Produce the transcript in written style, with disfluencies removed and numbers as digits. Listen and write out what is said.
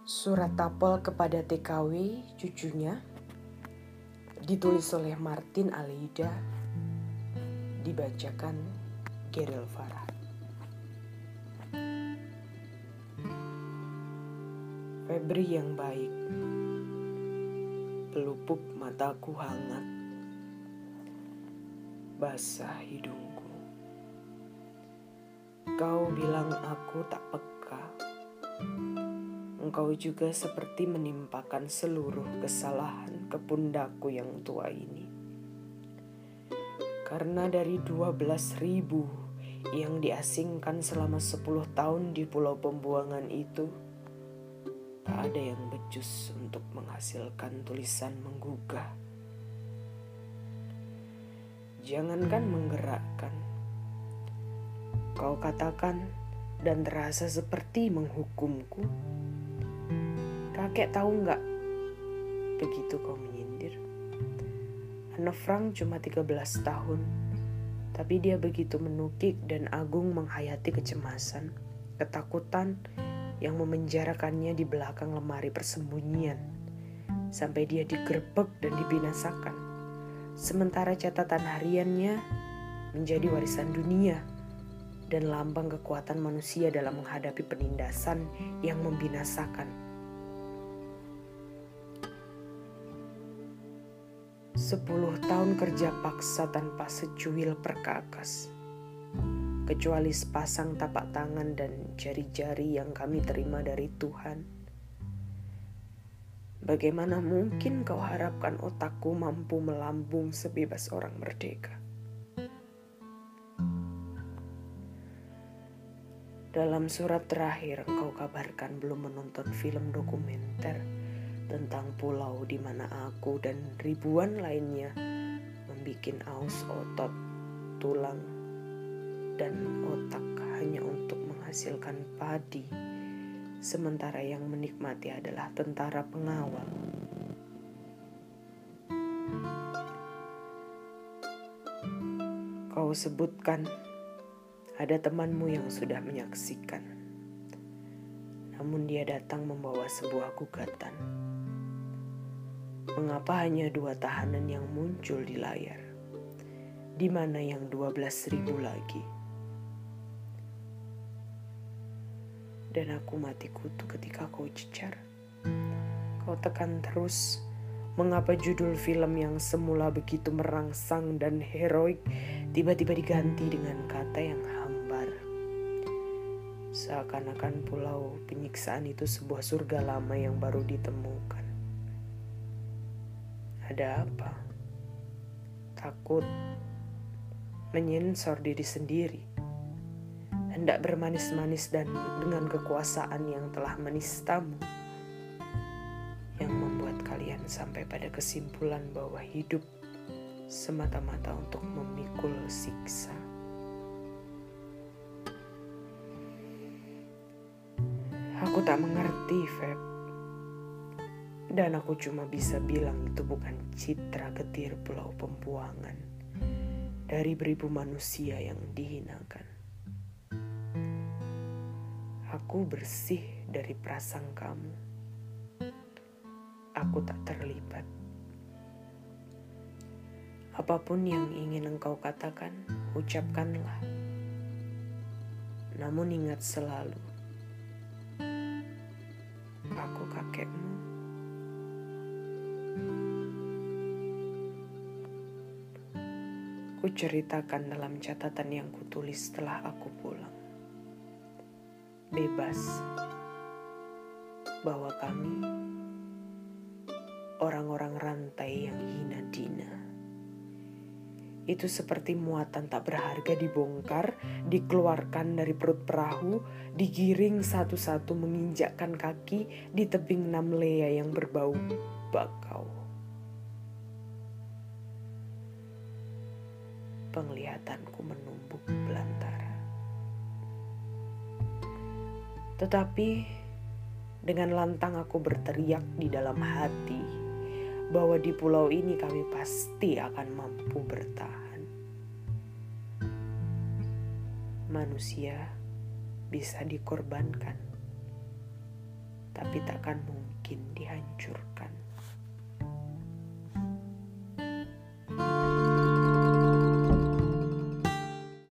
Surat Tapel kepada TKW, cucunya, ditulis oleh Martin Aleida, dibacakan Gerel Farah. Febri yang baik, pelupuk mataku hangat, basah hidungku. Kau bilang aku tak peka. Engkau juga seperti menimpakan seluruh kesalahan ke pundakku yang tua ini. Karena dari 12.000 yang diasingkan selama 10 tahun di pulau pembuangan itu, tak ada yang becus untuk menghasilkan tulisan menggugah. Jangankan menggerakkan, kau katakan dan terasa seperti menghukumku. Kakek tahu nggak? Begitu kau menyindir. Anne Frank cuma 13 tahun, tapi dia begitu menukik dan agung menghayati kecemasan, ketakutan yang memenjarakannya di belakang lemari persembunyian, sampai dia digerebek dan dibinasakan. Sementara catatan hariannya menjadi warisan dunia dan lambang kekuatan manusia dalam menghadapi penindasan yang membinasakan. 10 tahun kerja paksa tanpa secuil perkakas, kecuali sepasang tapak tangan dan jari-jari yang kami terima dari Tuhan. Bagaimana mungkin kau harapkan otakku mampu melambung sebebas orang merdeka? Dalam surat terakhir engkau kabarkan belum menonton film dokumenter tentang pulau di mana aku dan ribuan lainnya membikin aus otot, tulang, dan otak hanya untuk menghasilkan padi, sementara yang menikmati adalah tentara pengawal. Kau sebutkan ada temanmu yang sudah menyaksikan, namun dia datang membawa sebuah gugatan. Mengapa hanya 2 tahanan yang muncul di layar? Di mana yang 12.000 lagi? Dan aku mati kutu ketika kau cecar. Kau tekan terus, mengapa judul film yang semula begitu merangsang dan heroik tiba-tiba diganti dengan kata yang hambar. Seakan-akan pulau penyiksaan itu sebuah surga lama yang baru ditemukan. Ada apa? Takut menyensor diri sendiri, hendak bermanis-manis dan dengan kekuasaan yang telah menistamu, yang membuat kalian sampai pada kesimpulan bahwa hidup semata-mata untuk memikul siksa. Aku tak mengerti, Feb. Dan aku cuma bisa bilang itu bukan citra getir pulau pembuangan dari beribu manusia yang dihinakan. Aku bersih dari prasangkamu. Aku tak terlibat. Apapun yang ingin engkau katakan, ucapkanlah. Namun ingat selalu, aku kakekmu. Ku ceritakan dalam catatan yang kutulis setelah aku pulang. Bebas. Bahwa kami, orang-orang rantai yang hina dina, itu seperti muatan tak berharga dibongkar, dikeluarkan dari perut perahu, digiring satu-satu menginjakkan kaki di tebing Namlea yang berbau bakau. Penglihatanku menumbuk belantara. Tetapi dengan lantang aku berteriak di dalam hati bahwa di pulau ini kami pasti akan mampu bertahan. Manusia bisa dikorbankan, tapi takkan mungkin.